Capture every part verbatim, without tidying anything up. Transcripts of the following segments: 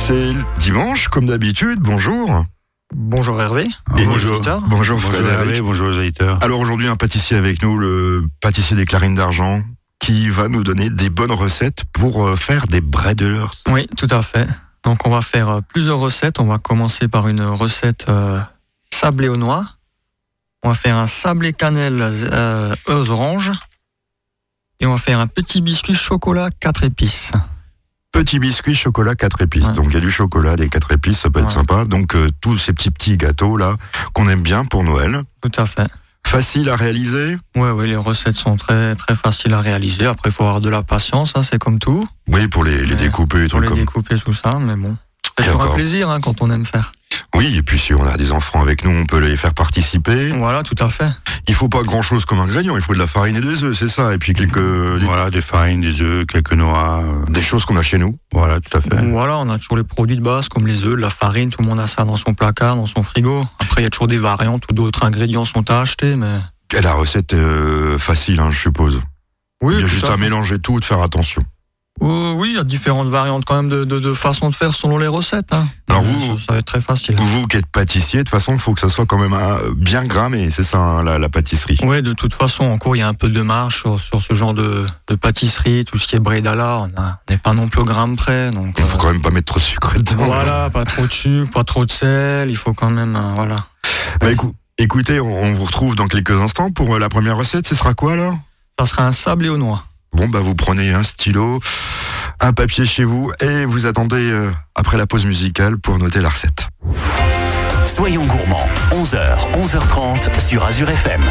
C'est dimanche, comme d'habitude, bonjour. Bonjour Hervé. Et bonjour bonjour, bonjour Frédéric. Hervé, bonjour les auditeurs. Alors aujourd'hui, un pâtissier avec nous, le pâtissier des Clarines d'Argent, qui va nous donner des bonnes recettes pour faire des bredlers. Oui, tout à fait. Donc on va faire plusieurs recettes. On va commencer par une recette euh, sablé aux noix. On va faire un sablé cannelle euh, aux oranges. Et on va faire un petit biscuit chocolat quatre épices. Petit biscuit chocolat quatre épices. Ouais. Donc il y a du chocolat, des quatre épices, ça peut être ouais. sympa. Donc euh, tous ces petits petits gâteaux là qu'on aime bien pour Noël. Tout à fait. Facile à réaliser. Oui, oui, les recettes sont très très faciles à réaliser. Après, il faut avoir de la patience, hein, c'est comme tout. Oui, pour les, les découper et Pour tout les comme. découper, tout ça, mais bon. C'est Et toujours un encore. plaisir hein, quand on aime faire. Oui, et puis si on a des enfants avec nous, on peut les faire participer. Voilà, tout à fait. Il faut pas grand chose comme ingrédient, il faut de la farine et des œufs, c'est ça. Et puis quelques Voilà, des farines, des œufs, quelques noix. euh, des choses qu'on a chez nous. Voilà, tout à fait. Voilà, on a toujours les produits de base comme les œufs, de la farine, tout le monde a ça dans son placard, dans son frigo. Après, il y a toujours des variantes ou d'autres ingrédients sont à acheter, mais... Et la recette euh, facile, hein, je suppose. Oui, Il y a tout juste à à fait. mélanger tout, de faire attention. Euh, oui, il y a différentes variantes quand même de, de, de façons de faire selon les recettes. Hein. Alors Euh, vous- ça, ça va être très facile. Vous qui êtes pâtissier, de toute façon, il faut que ça soit quand même hein, bien grammé, c'est ça, hein, la, la pâtisserie. Oui, de toute façon, encore, il y a un peu de marge sur, sur ce genre de, de pâtisserie, tout ce qui est bredala, on a- on n'est pas non plus au gramme près. Donc, Il faut euh, quand même pas mettre trop de sucre dedans. voilà, pas trop de sucre, pas trop de sel, il faut quand même, euh, voilà. Bah, écou- écoutez, on, on vous retrouve dans quelques instants pour euh, la première recette. Ce sera quoi alors? Ça sera un sablé aux noix. Bon, bah vous prenez un stylo, un papier chez vous et vous attendez euh, après la pause musicale pour noter la recette. Soyons gourmands, onze heures, onze heures trente sur Azure F M.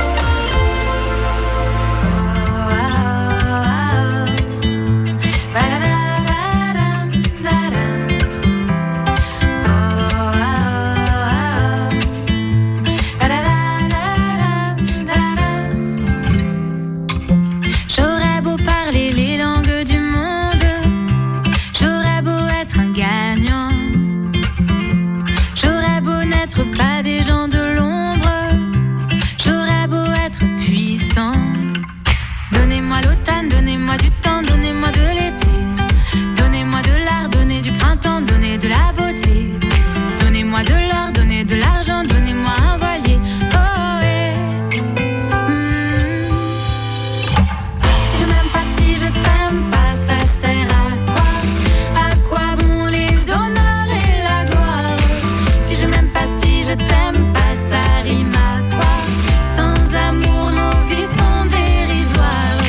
J'aurais beau parler les langues du monde, j'aurais beau être un gagnant, j'aurais beau n'être pas des gens de l'ombre, j'aurais beau être puissant. Donnez-moi l'automne, donnez-moi du temps, donnez-moi de l'été, donnez-moi de l'art, donnez du printemps, donnez de la beauté, donnez-moi de l'or, donnez de l'argent, donnez-moi un voilier. Oh, eh. Hmm. Si je m'aime pas, si je t'aime pas, ça sert à quoi? À quoi bon les honneurs et la gloire? Si je m'aime pas, si je t'aime pas, ça rime à quoi? Sans amour, nos vies sont dérisoires.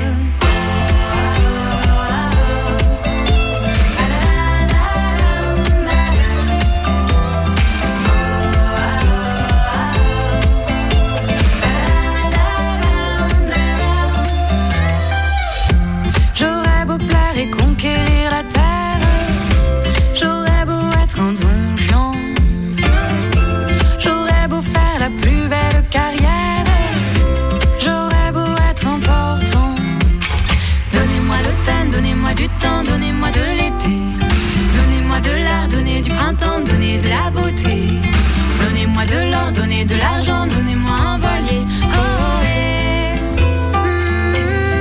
J'aurais beau plaire et conquérir la terre, j'aurais beau être un Don Juan, j'aurais beau faire la plus belle carrière, j'aurais beau être important. Donnez-moi l'automne, donnez-moi du temps, donnez-moi de l'été, donnez-moi de l'art, donnez du printemps, donnez de la beauté, donnez-moi de l'or, donnez de l'argent, donnez-moi un voilier. Oh, eh. Hmm.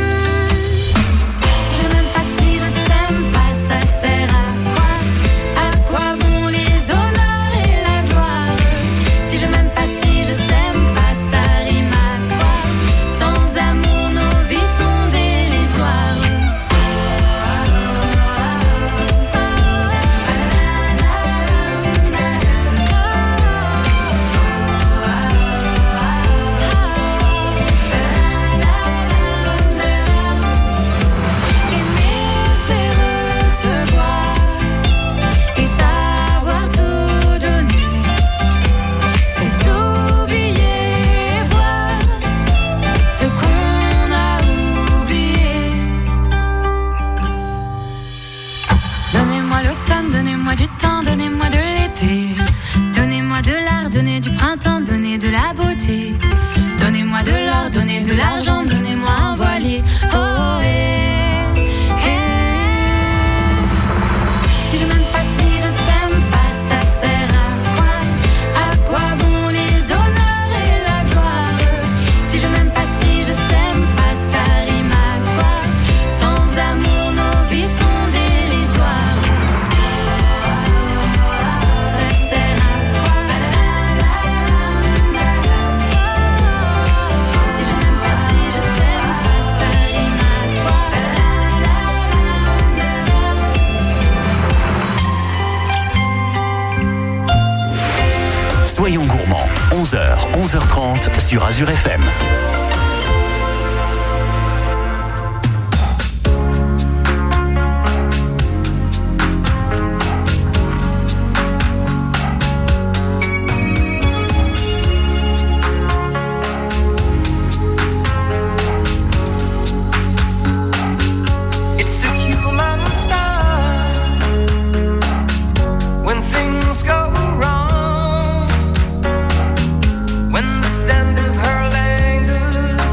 Si je m'aime pas, si je t'aime pas, ça sert à quoi? À quoi bon les honneurs et la gloire? Si je m'aime pas, si je t'aime pas, ça rime à quoi? Sans amour, nos vies sont dérisoires. Aimer, c'est recevoir et savoir tout donner, c'est s'oublier et voir ce qu'on a oublié. Donnez-moi l'automne, donnez-moi du temps, donnez-moi de l'été, donnez-moi de l'art, donnez du printemps, donnez de la beauté, donnez-moi de l'or, donnez de l'argent, donnez-moi un voilier. Oh, eh, eh. Si je m'aime pas, si je t'aime pas, ça sert à quoi? À quoi bon les honneurs et la gloire? Si je m'aime pas, si je t'aime pas, ça rime à quoi? Sans amour, nos vies sont dérisoires. onze heures, onze heures trente sur Azure F M. When the scent of her lingers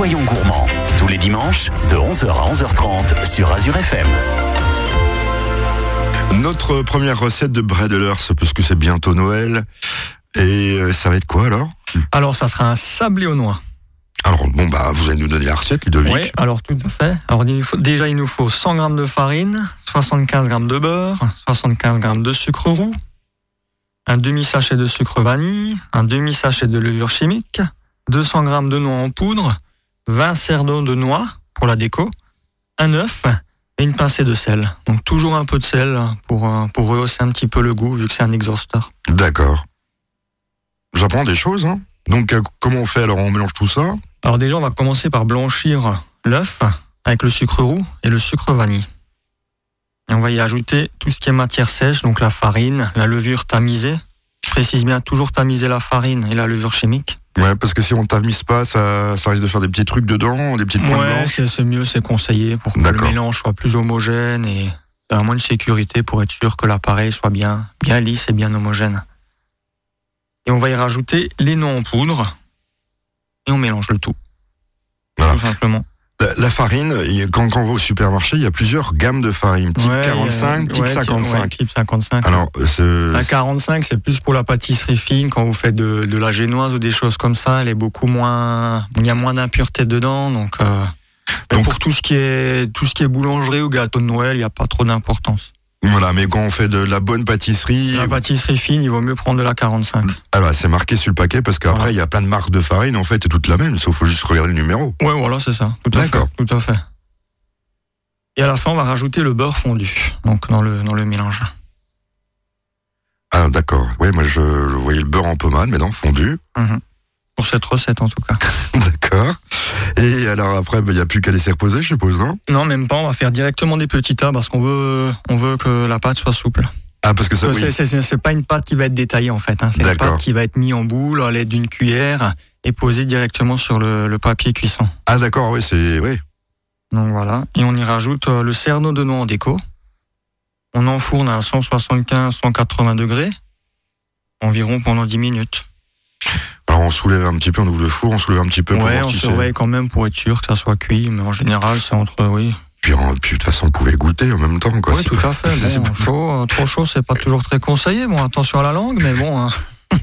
Soyons gourmands, tous les dimanches, de onze heures à onze heures trente sur Azure F M. Notre première recette de Bredlers, parce que c'est bientôt Noël. Et ça va être quoi alors ? Alors, ça sera un sablé aux noix. Alors, bon, bah, vous allez nous donner la recette, Ludovic. Oui, alors tout à fait. Alors, il faut, déjà, il nous faut cent grammes de farine, soixante-quinze grammes de beurre, soixante-quinze grammes de sucre roux, un demi-sachet de sucre vanille, un demi-sachet de levure chimique, deux cents grammes de noix en poudre, vingt cerneaux de noix pour la déco, un œuf et une pincée de sel. Donc, toujours un peu de sel pour, pour rehausser un petit peu le goût, vu que c'est un exhausteur. D'accord. J'apprends des choses, hein. Donc, euh, comment on fait alors ? On mélange tout ça ? Alors déjà, on va commencer par blanchir l'œuf avec le sucre roux et le sucre vanille. Et on va y ajouter tout ce qui est matière sèche, donc la farine, la levure tamisée. Je précise bien, toujours tamiser la farine et la levure chimique. Ouais, parce que si on ne tamise pas, ça, ça risque de faire des petits trucs dedans, des petites pointes Ouais, blanches. c'est, c'est mieux, c'est conseillé pour que D'accord. le mélange soit plus homogène et c'est vraiment une sécurité pour être sûr que l'appareil soit bien, bien lisse et bien homogène. Et on va y rajouter les noix en poudre et on mélange le tout. Voilà. Tout simplement. La, la farine, quand, quand on va au supermarché, il y a plusieurs gammes de farine. Type Ouais, quarante-cinq, euh, type ouais, cinquante-cinq. ouais, type cinquante-cinq. Alors, c'est... La quarante-cinq, c'est plus pour la pâtisserie fine. Quand vous faites de, de la génoise ou des choses comme ça, elle est beaucoup moins, il y a moins d'impureté dedans. Donc, euh, Donc- pour tout ce qui est, tout ce qui est boulangerie ou gâteau de Noël, il n'y a pas trop d'importance. Voilà, mais quand on fait de la bonne pâtisserie, La pâtisserie fine, il vaut mieux prendre de la quarante-cinq. alors c'est marqué sur le paquet parce qu'après Voilà. il y a plein de marques de farine, en fait, c'est toute la même, sauf faut juste regarder le numéro. Ouais, voilà, c'est ça. Tout à fait. D'accord. Tout à fait. Et à la fin, on va rajouter le beurre fondu, donc dans le, dans le mélange. Ah, d'accord. Oui, moi je, je voyais le beurre en pommade, mais non, fondu. Mhm. Pour cette recette, en tout cas. D'accord. Et alors après, il ben, n'y a plus qu'à laisser reposer, je suppose, non ? Non, même pas. On va faire directement des petits tas parce qu'on veut, on veut que la pâte soit souple. Ah, parce que ça, oui. C'est, c'est, c'est, c'est pas une pâte qui va être détaillée en fait. Hein. C'est D'accord. une pâte qui va être mise en boule à l'aide d'une cuillère et posée directement sur le, le papier cuisson. Ah, d'accord, oui, c'est. Oui. Donc voilà. Et on y rajoute euh, le cerneau de noix en déco. On enfourne à cent soixante-quinze à cent quatre-vingts degrés environ pendant dix minutes. Alors on soulève un petit peu, on ouvre le four, on soulève un petit peu pour Ouais, voir on si surveille quand même pour être sûr que ça soit cuit, mais en général c'est entre oui. c'est. Puis, en- puis de toute façon, on pouvait goûter en même temps, quoi. Oui, C'est tout pas- à fait. c'est Bon, pas- chaud, euh, trop chaud, c'est pas toujours très conseillé. Bon, attention à la langue, mais bon. Hein.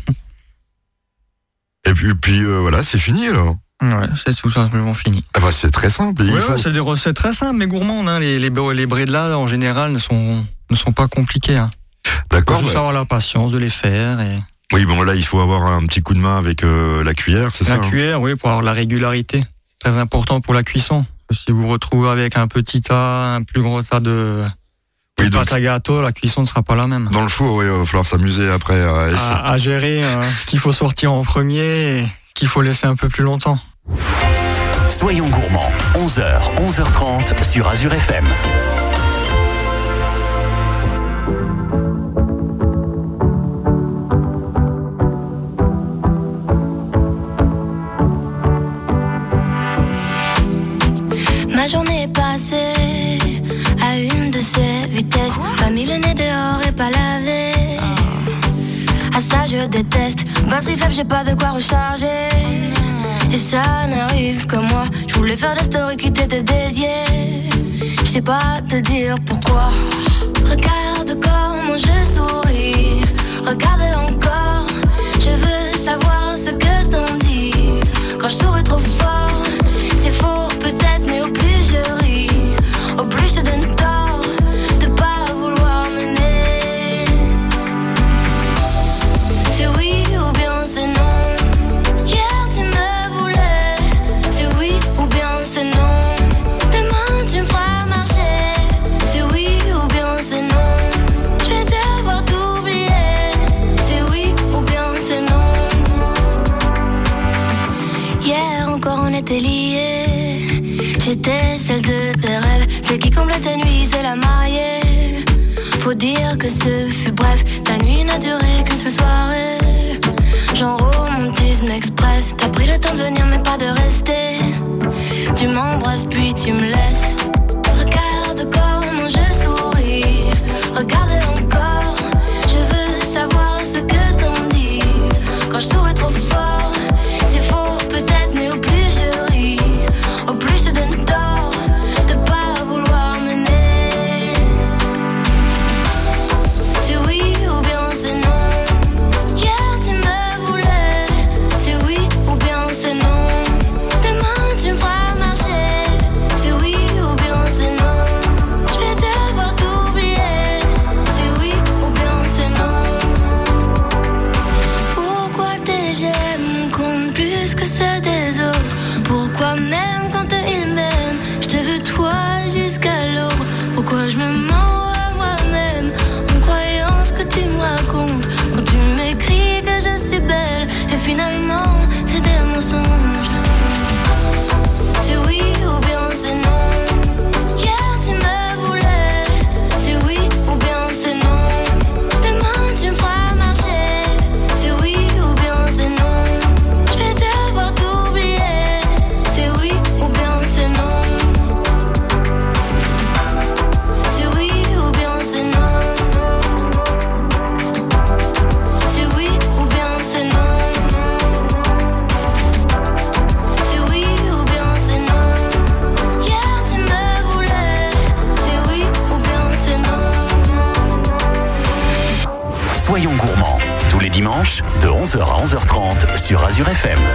Et puis, puis euh, voilà, c'est fini alors. Ouais, c'est tout simplement fini. Ah bah, c'est très simple. Il Ouais, faut... ouais, c'est des recettes très simples mais gourmandes. Hein. Les, les, les bredlas, en général, ne sont, ne sont pas compliqués. Hein. D'accord. Il faut juste bah, avoir la patience de les faire. Et... Oui, bon là, il faut avoir un petit coup de main avec euh, la cuillère, c'est La ça hein cuillère, oui, pour avoir la régularité. C'est très important pour la cuisson. Si vous vous retrouvez avec un petit tas, un plus gros tas de, Oui, de donc, pâte à gâteau, la cuisson ne sera pas la même. dans le four, oui, il va falloir s'amuser après. euh, et c'est- À, à gérer euh, ce qu'il faut sortir en premier et ce qu'il faut laisser un peu plus longtemps. Soyons gourmands, onze heures, onze heures trente sur Azure F M. Ma journée est passée à une de ces vitesses. Pas mis le nez dehors et pas lavé. À ça je déteste. Batterie faible, j'ai pas de quoi recharger. Et ça n'arrive que moi. Je voulais faire des stories qui t'étaient dédiées. Je sais pas te dire pourquoi. Regarde comment je souris. Regarde encore. Je veux savoir ce que t'en dis. Quand je souris trop fort, c'est faux peut-être, mais au plus je ris, au plus je te donne tort de pas vouloir m'aimer. C'est oui ou bien c'est non. Hier tu me voulais. C'est oui ou bien c'est non. Demain tu me feras marcher. C'est oui ou bien c'est non. Je vais devoir t'oublier. C'est oui ou bien c'est non. Hier encore on était liés. J'étais celle de tes rêves, celle qui comble tes nuits, c'est la mariée. Faut dire que ce fut bref, ta nuit n'a duré qu'une seule soirée. Genre romantisme express, t'as pris le temps de venir mais pas de rester. Tu m'embrasses puis tu me laisses. Regarde comment je souris, regarde encore. Je veux savoir ce que t'en dis. Quand je souris trop fort, c'est faux peut-être, mais au plus je ris, de onze heures à onze heures trente sur Azure F M.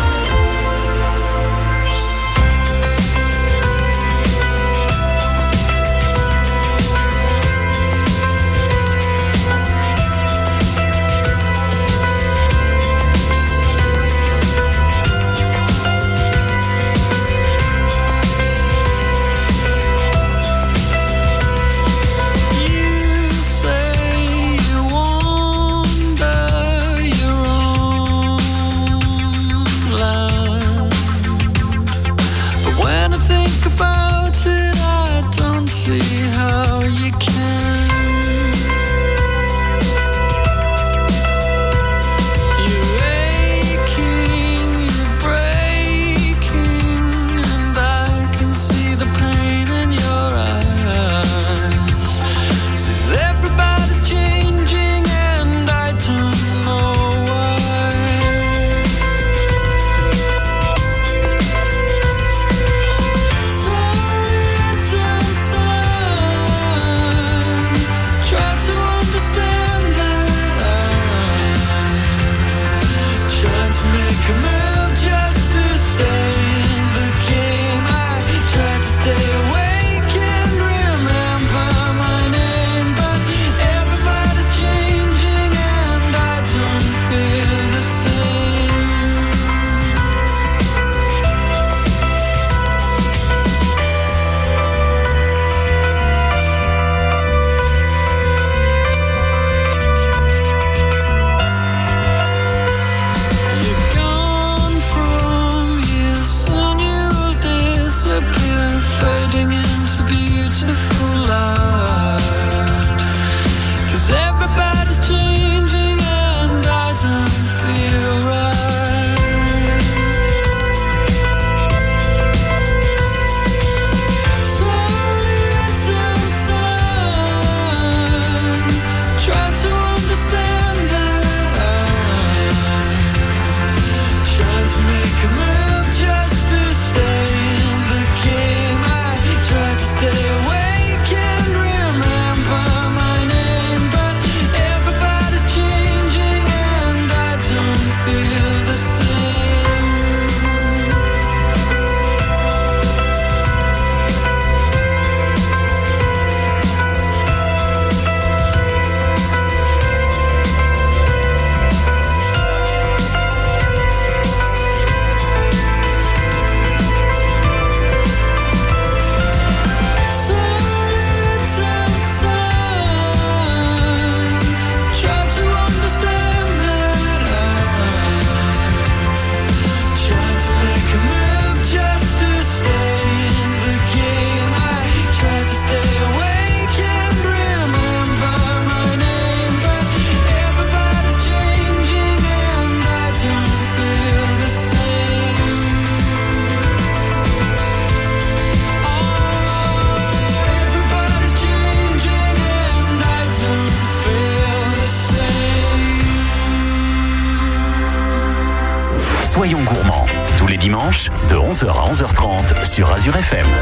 Soyons gourmands, tous les dimanches, de onze heures à onze heures trente sur Azure F M.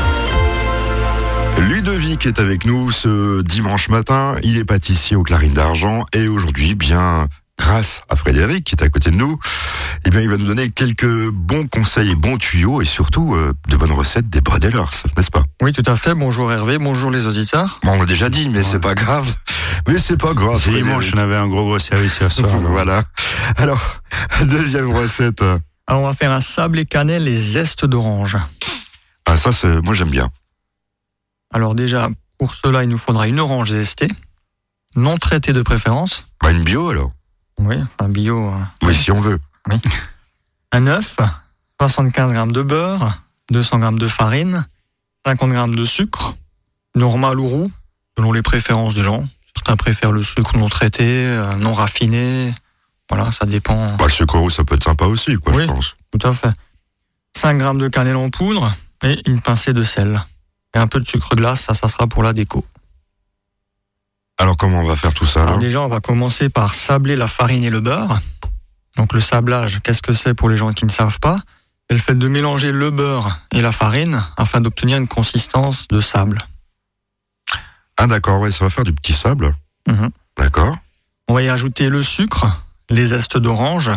Ludovic est avec nous ce dimanche matin. Il est pâtissier aux Clarines d'Argent et aujourd'hui, bien grâce à Frédéric qui est à côté de nous, eh bien, il va nous donner quelques bons conseils et bons tuyaux et surtout euh, de bonnes recettes des Bredellers, n'est-ce pas? Oui, tout à fait. Bonjour Hervé, bonjour les auditeurs. Bon, on l'a déjà dit, mais ouais. c'est pas grave. Mais c'est pas grave. C'est dimanche, on avait un gros gros service hier soir. Voilà. Alors, deuxième recette. Alors, on va faire un sablé cannelle et zeste d'orange. Ah, ça, c'est, moi, j'aime bien. Alors, déjà, pour cela, il nous faudra une orange zestée, non traitée de préférence. Bah, une bio, alors. Oui, un bio. Euh, oui, oui, si on veut. Oui. Un œuf, soixante-quinze grammes de beurre, deux cents grammes de farine, cinquante grammes de sucre, normal ou roux, selon les préférences des gens. Certains préfèrent le sucre non traité, non raffiné. Voilà, ça dépend. Bah, le sucre roux, ça peut être sympa aussi, quoi, oui, je pense. Tout à fait. cinq grammes de cannelle en poudre et une pincée de sel. Et un peu de sucre glace, ça, ça sera pour la déco. Alors, comment on va faire tout ça, là? Alors, déjà, on va commencer par sabler la farine et le beurre. Donc, le sablage, qu'est-ce que c'est pour les gens qui ne savent pas? C'est le fait de mélanger le beurre et la farine afin d'obtenir une consistance de sable. Ah, d'accord, ouais, ça va faire du petit sable. Mmh. D'accord. On va y ajouter le sucre, les zestes d'orange,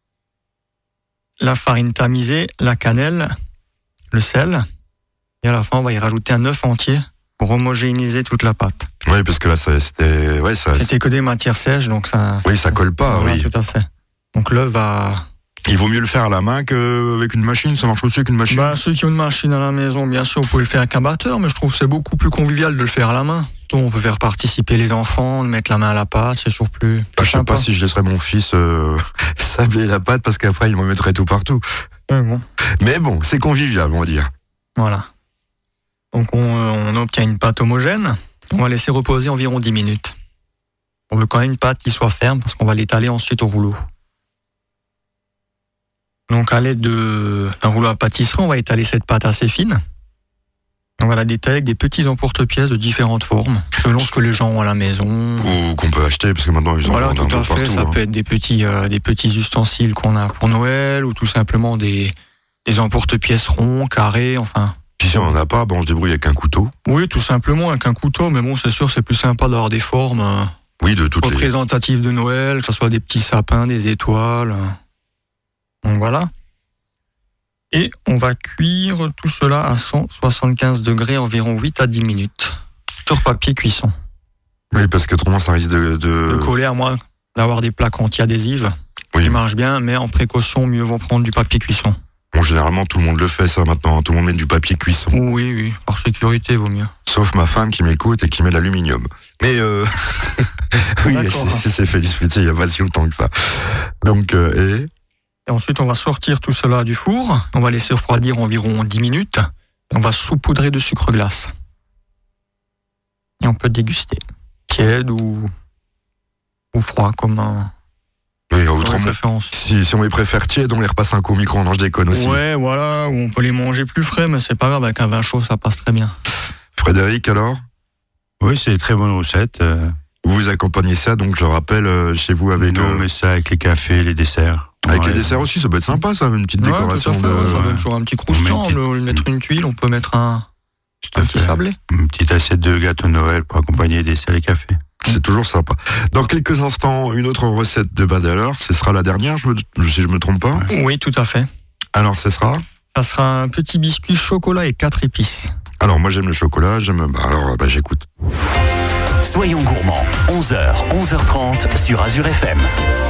la farine tamisée, la cannelle, le sel. Et à la fin, on va y rajouter un œuf entier pour homogénéiser toute la pâte. Oui, parce que là, ça, c'était, ouais, ça. C'était que des matières sèches, donc ça. Oui, ça colle pas, voilà, oui. Tout à fait. Donc l'œuf va. Il vaut mieux le faire à la main qu'avec une machine. Ça marche aussi avec une machine. Bah, ceux qui ont une machine à la maison, bien sûr, vous pouvez le faire avec un batteur, mais je trouve que c'est beaucoup plus convivial de le faire à la main. Donc, on peut faire participer les enfants, de mettre la main à la pâte, c'est toujours plus. plus bah, je sais sympa. pas si je laisserais mon fils euh, sabler la pâte parce qu'après il me mettrait tout partout. Ouais, bon. Mais bon, c'est convivial, on va dire. Voilà. Donc on, on obtient une pâte homogène. On va laisser reposer environ dix minutes. On veut quand même une pâte qui soit ferme parce qu'on va l'étaler ensuite au rouleau. Donc à l'aide de- d'un rouleau à pâtisserie, on va étaler cette pâte assez fine. On va la détailler avec des petits emporte-pièces de différentes formes, selon ce que les gens ont à la maison. Ou qu'on peut acheter parce que maintenant ils en Voilà, vendent un tout à peu fait. partout. Ça hein. peut être des petits, euh, des petits ustensiles qu'on a pour Noël ou tout simplement des, des emporte-pièces ronds, carrés, enfin. Puis si on en a pas, ben on se débrouille avec un couteau. Oui, tout simplement avec un couteau, mais bon, c'est sûr, c'est plus sympa d'avoir des formes euh, Oui, de toutes les. représentatives de Noël, que ce soit des petits sapins, des étoiles. euh. Donc voilà. Et on va cuire tout cela à cent soixante-quinze degrés, environ huit à dix minutes, sur papier cuisson. Oui, parce qu'autrement ça risque de. de... De coller, à moins d'avoir des plaques anti-adhésives Oui. qui marchent bien, mais en précaution, mieux vaut prendre du papier cuisson. Bon, généralement tout le monde le fait ça maintenant. Tout le monde met du papier cuisson. Oui, oui, par sécurité, vaut mieux. Sauf ma femme qui m'écoute et qui met l'aluminium. Mais euh... oui, elle D'accord. s'est- elle s'est fait disputer il y a pas si longtemps que ça. Donc euh, et Et ensuite, on va sortir tout cela du four. On va laisser refroidir environ dix minutes. Et on va saupoudrer de sucre glace. Et on peut déguster. Tiède ou, ou froid, comme un. oui, comme autrement. préférence. Si, si on les préfère tièdes, on les repasse un coup au micro, non, je déconne aussi. Ouais, voilà, ou on peut les manger plus frais, mais c'est pas grave, avec un vin chaud, ça passe très bien. Frédéric, alors, Oui, c'est une très bonne recette. euh, vous accompagnez ça, donc je le rappelle, euh, chez vous avec, Nous, on euh, met ça avec les cafés, les desserts. avec Ouais. les desserts aussi, ça peut être sympa, ça, une petite Ouais, décoration tout à fait, ouais, de. ça donne toujours un petit croustillant. On met une On peut mettre une tuile, on peut mettre un, Tout à un petit fait. sablé. Une petite assiette de gâteau de Noël pour accompagner les desserts et les cafés. C'est toujours sympa. Dans quelques instants, une autre recette de Badeleur, ce sera la dernière, je me, si je me trompe pas. Oui, tout à fait. Alors, ce sera. Ça sera un petit biscuit chocolat et quatre épices. Alors, moi, j'aime le chocolat, j'aime. Bah, alors, bah, j'écoute. Soyons gourmands, onze heures, onze heures trente sur Azure F M.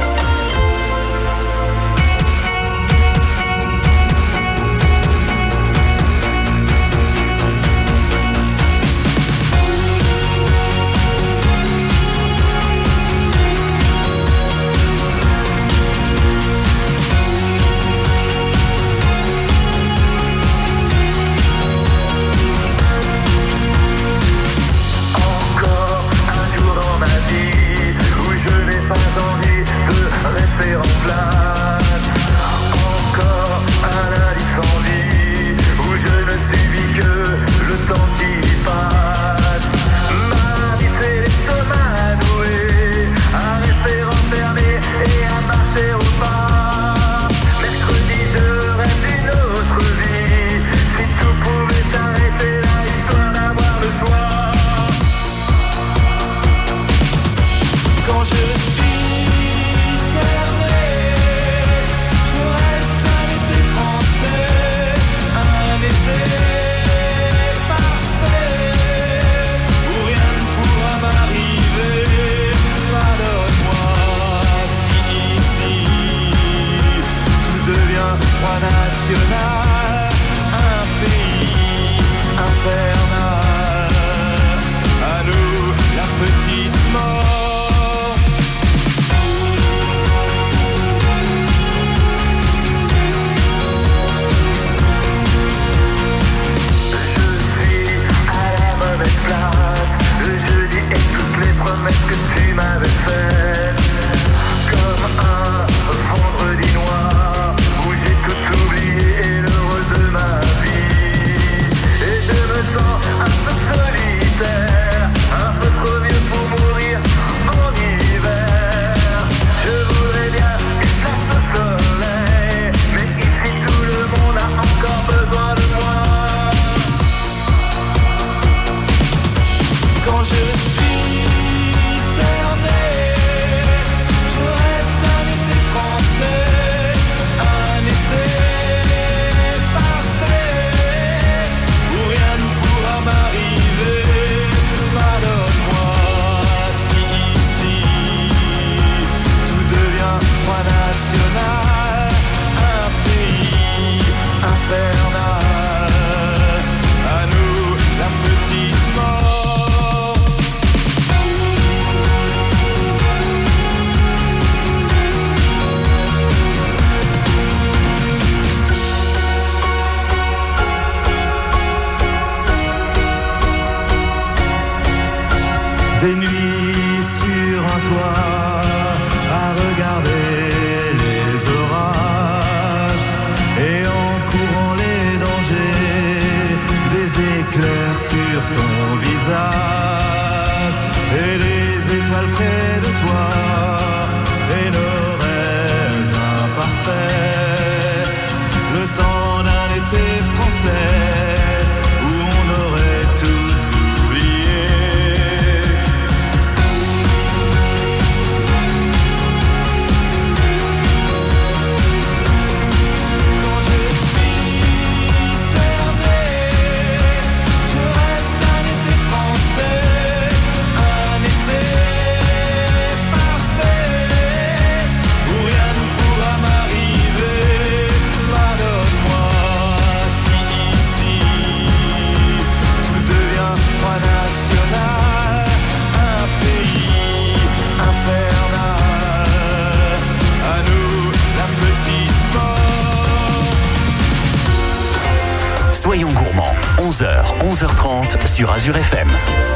Encore un jour dans ma vie où je n'ai pas envie de rester en place. Encore un lundi sans vie où je ne subis que le temps qui passe. Mardi c'est l'estomac noué, à rester enfermé et à marcher au pas. Mercredi je rêve d'une autre vie, si tout pouvait s'arrêter là, histoire d'avoir le choix. Quand je suis fermé, je reste un été français, un été parfait, où rien ne pourra m'arriver. Pardonne-moi si ici tout devient droit national, un pays infernal. À nous la petite mort. Je suis à la mauvaise place le jeudi et toutes les promesses que tu m'avais faites. Comme un vendredi noir où j'ai tout oublié et le onze heures, onze heures trente sur Azure F M.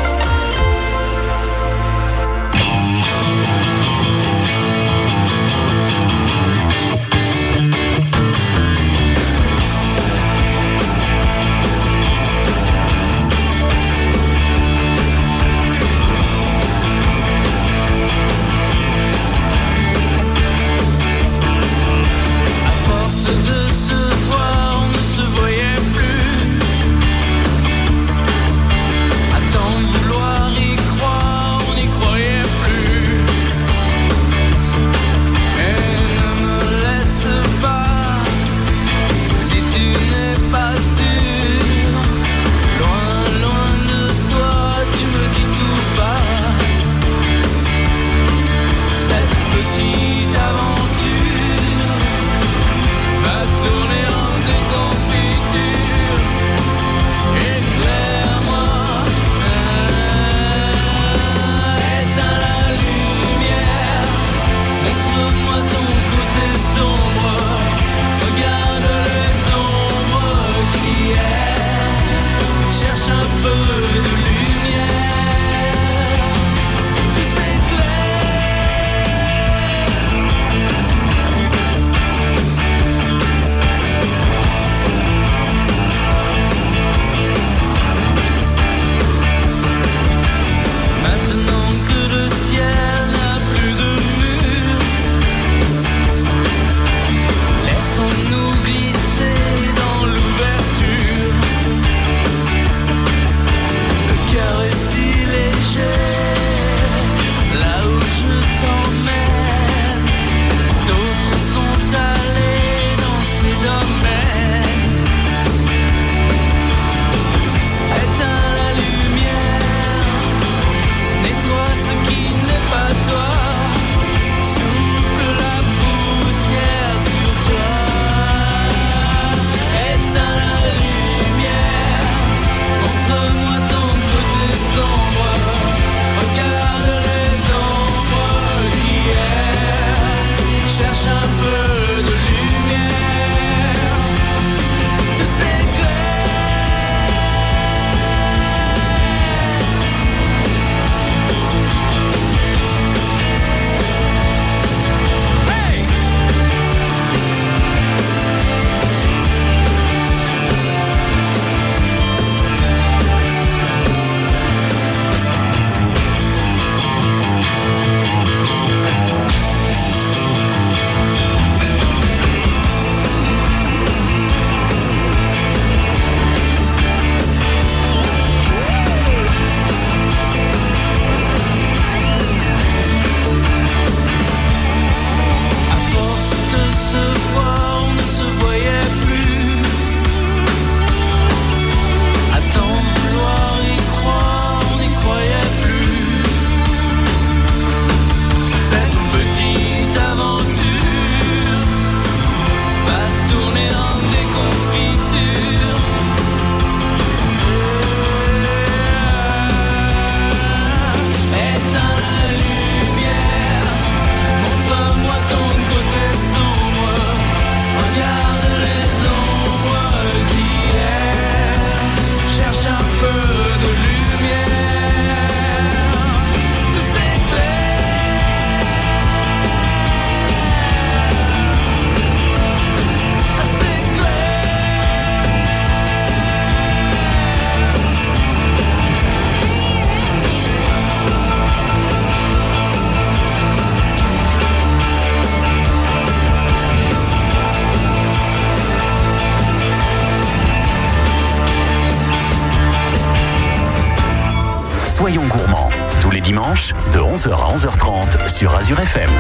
Soyons gourmands, tous les dimanches, de onze heures à onze heures trente sur Azure F M.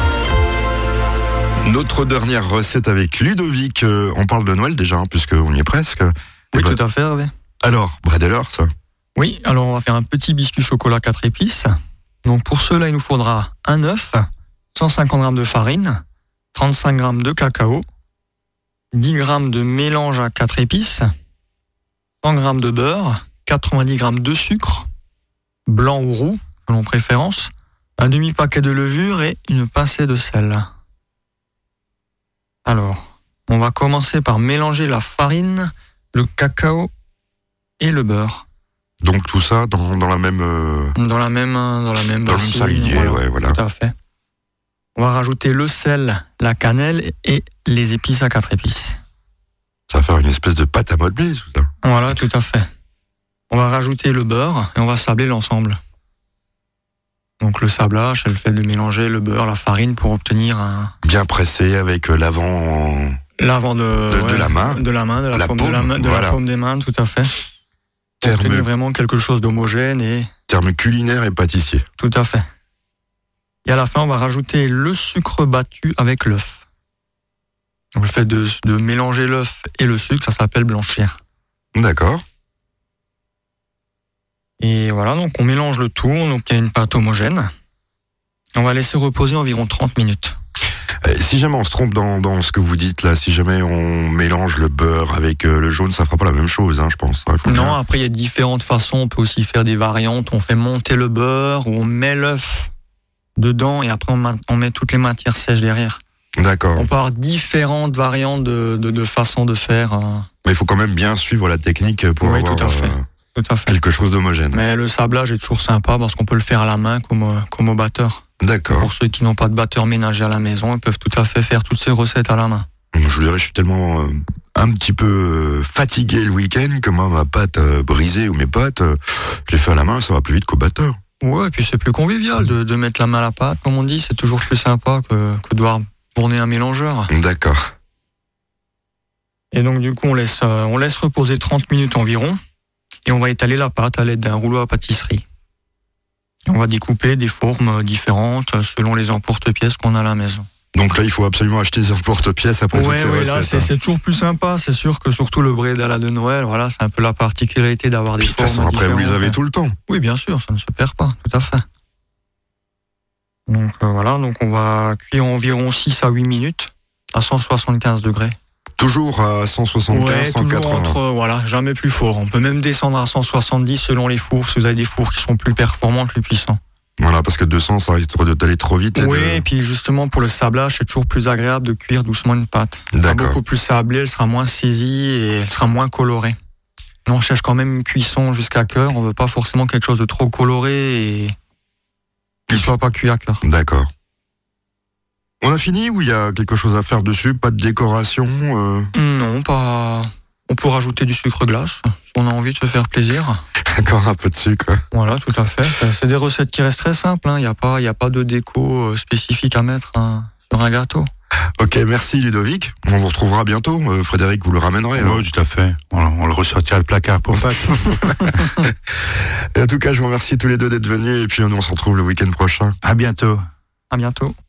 Notre dernière recette avec Ludovic. Euh, on parle de Noël déjà, hein, puisqu'on y est presque. Oui, bah, tout à fait, Hervé. Alors, Bredeler, ça. Oui, alors on va faire un petit biscuit chocolat quatre épices. Donc pour cela, il nous faudra un œuf, cent cinquante grammes de farine, trente-cinq grammes de cacao, dix grammes de mélange à quatre épices, cent grammes de beurre, quatre-vingt-dix grammes de sucre, blanc ou roux, selon préférence, un demi-paquet de levure et une pincée de sel. Alors, on va commencer par mélanger la farine, le cacao et le beurre. Donc tout ça dans, dans la même... Euh... Dans la même dans la même Dans le même bassine, saladier, voilà, ouais, voilà. Tout à fait. On va rajouter le sel, la cannelle et les épices à quatre épices. Ça va faire une espèce de pâte à modeler, tout ça. Voilà, tout à fait. On va rajouter le beurre et on va sabler l'ensemble. Donc le sablage, c'est le fait de mélanger le beurre, la farine pour obtenir un... Bien pressé avec l'avant... L'avant de, de, ouais, de la main. De la main, de la, la paume, paume, de, la main, de voilà. la paume des mains, tout à fait. Pour Terme, obtenir vraiment quelque chose d'homogène et... terme culinaire et pâtissier. Tout à fait. Et à la fin, on va rajouter le sucre battu avec l'œuf. Donc le fait de, de mélanger l'œuf et le sucre, ça s'appelle blanchir. D'accord. Et voilà, donc on mélange le tout, donc il y a une pâte homogène. On va laisser reposer environ trente minutes. Euh, si jamais on se trompe dans, dans ce que vous dites là, si jamais on mélange le beurre avec euh, le jaune, ça fera pas la même chose, hein, je pense. Il faut Non, bien... après il y a différentes façons, on peut aussi faire des variantes, on fait monter le beurre, ou on met l'œuf dedans et après on, ma- on met toutes les matières sèches derrière. D'accord. On peut avoir différentes variantes de, de, de façons de faire. euh, Mais il faut quand même bien suivre la technique pour Oui, avoir tout à fait. euh, Tout à fait. quelque chose d'homogène. Mais le sablage est toujours sympa parce qu'on peut le faire à la main comme, euh, comme au batteur. D'accord. Pour ceux qui n'ont pas de batteur ménager à la maison, ils peuvent tout à fait faire toutes ces recettes à la main. Je vous dirais, je suis tellement euh, un petit peu euh, fatigué le week-end que moi, ma pâte euh, brisée ou mes pâtes, euh, je les fais à la main, ça va plus vite qu'au batteur. Ouais, et puis c'est plus convivial de, de mettre la main à la pâte, comme on dit, c'est toujours plus sympa que, que de devoir tourner un mélangeur. D'accord. Et donc du coup, on laisse, euh, on laisse reposer trente minutes environ, et on va étaler la pâte à l'aide d'un rouleau à pâtisserie. Et on va découper des formes différentes selon les emporte-pièces qu'on a à la maison. Donc là, il faut absolument acheter des emporte-pièces après toutes Ouais, ces ouais, recettes. là, c'est, hein. c'est toujours plus sympa. C'est sûr que surtout le brédala de Noël, voilà, c'est un peu la particularité d'avoir des Puis, de toute formes façon, après, vous les différentes. avez tout le temps. Oui, bien sûr, ça ne se perd pas, tout à fait. Donc euh, voilà, donc on va cuire environ six à huit minutes à cent soixante-quinze degrés. Toujours à cent soixante-quinze, Ouais, cent toujours quatre-vingts. entre, voilà, jamais plus fort. On peut même descendre à cent soixante-dix selon les fours, si vous avez des fours qui sont plus performants, plus puissants. Voilà, parce que deux cents, ça risque de- d'aller trop vite. Et Oui, de... et puis justement pour le sablage, c'est toujours plus agréable de cuire doucement une pâte. Elle sera D'accord. beaucoup plus sablée, elle sera moins saisie et elle sera moins colorée. Mais on cherche quand même une cuisson jusqu'à cœur, on veut pas forcément quelque chose de trop coloré et qui soit pas cuit à cœur. D'accord. On a fini ou il y a quelque chose à faire dessus? Pas de décoration euh... Non, pas. On peut rajouter du sucre glace si on a envie de se faire plaisir. Encore un peu de sucre. Voilà, tout à fait. C'est des recettes qui restent très simples. Il n'y a pas, il y a pas de déco euh, spécifique à mettre hein, sur un gâteau. Ok, merci Ludovic. On vous retrouvera bientôt. Euh, Frédéric, vous le ramènerez. hein. Oui, tout à fait. On, on le ressortira le placard pour Pâques. Et en tout cas, je vous remercie tous les deux d'être venus et puis nous on se retrouve le week-end prochain. À bientôt. À bientôt.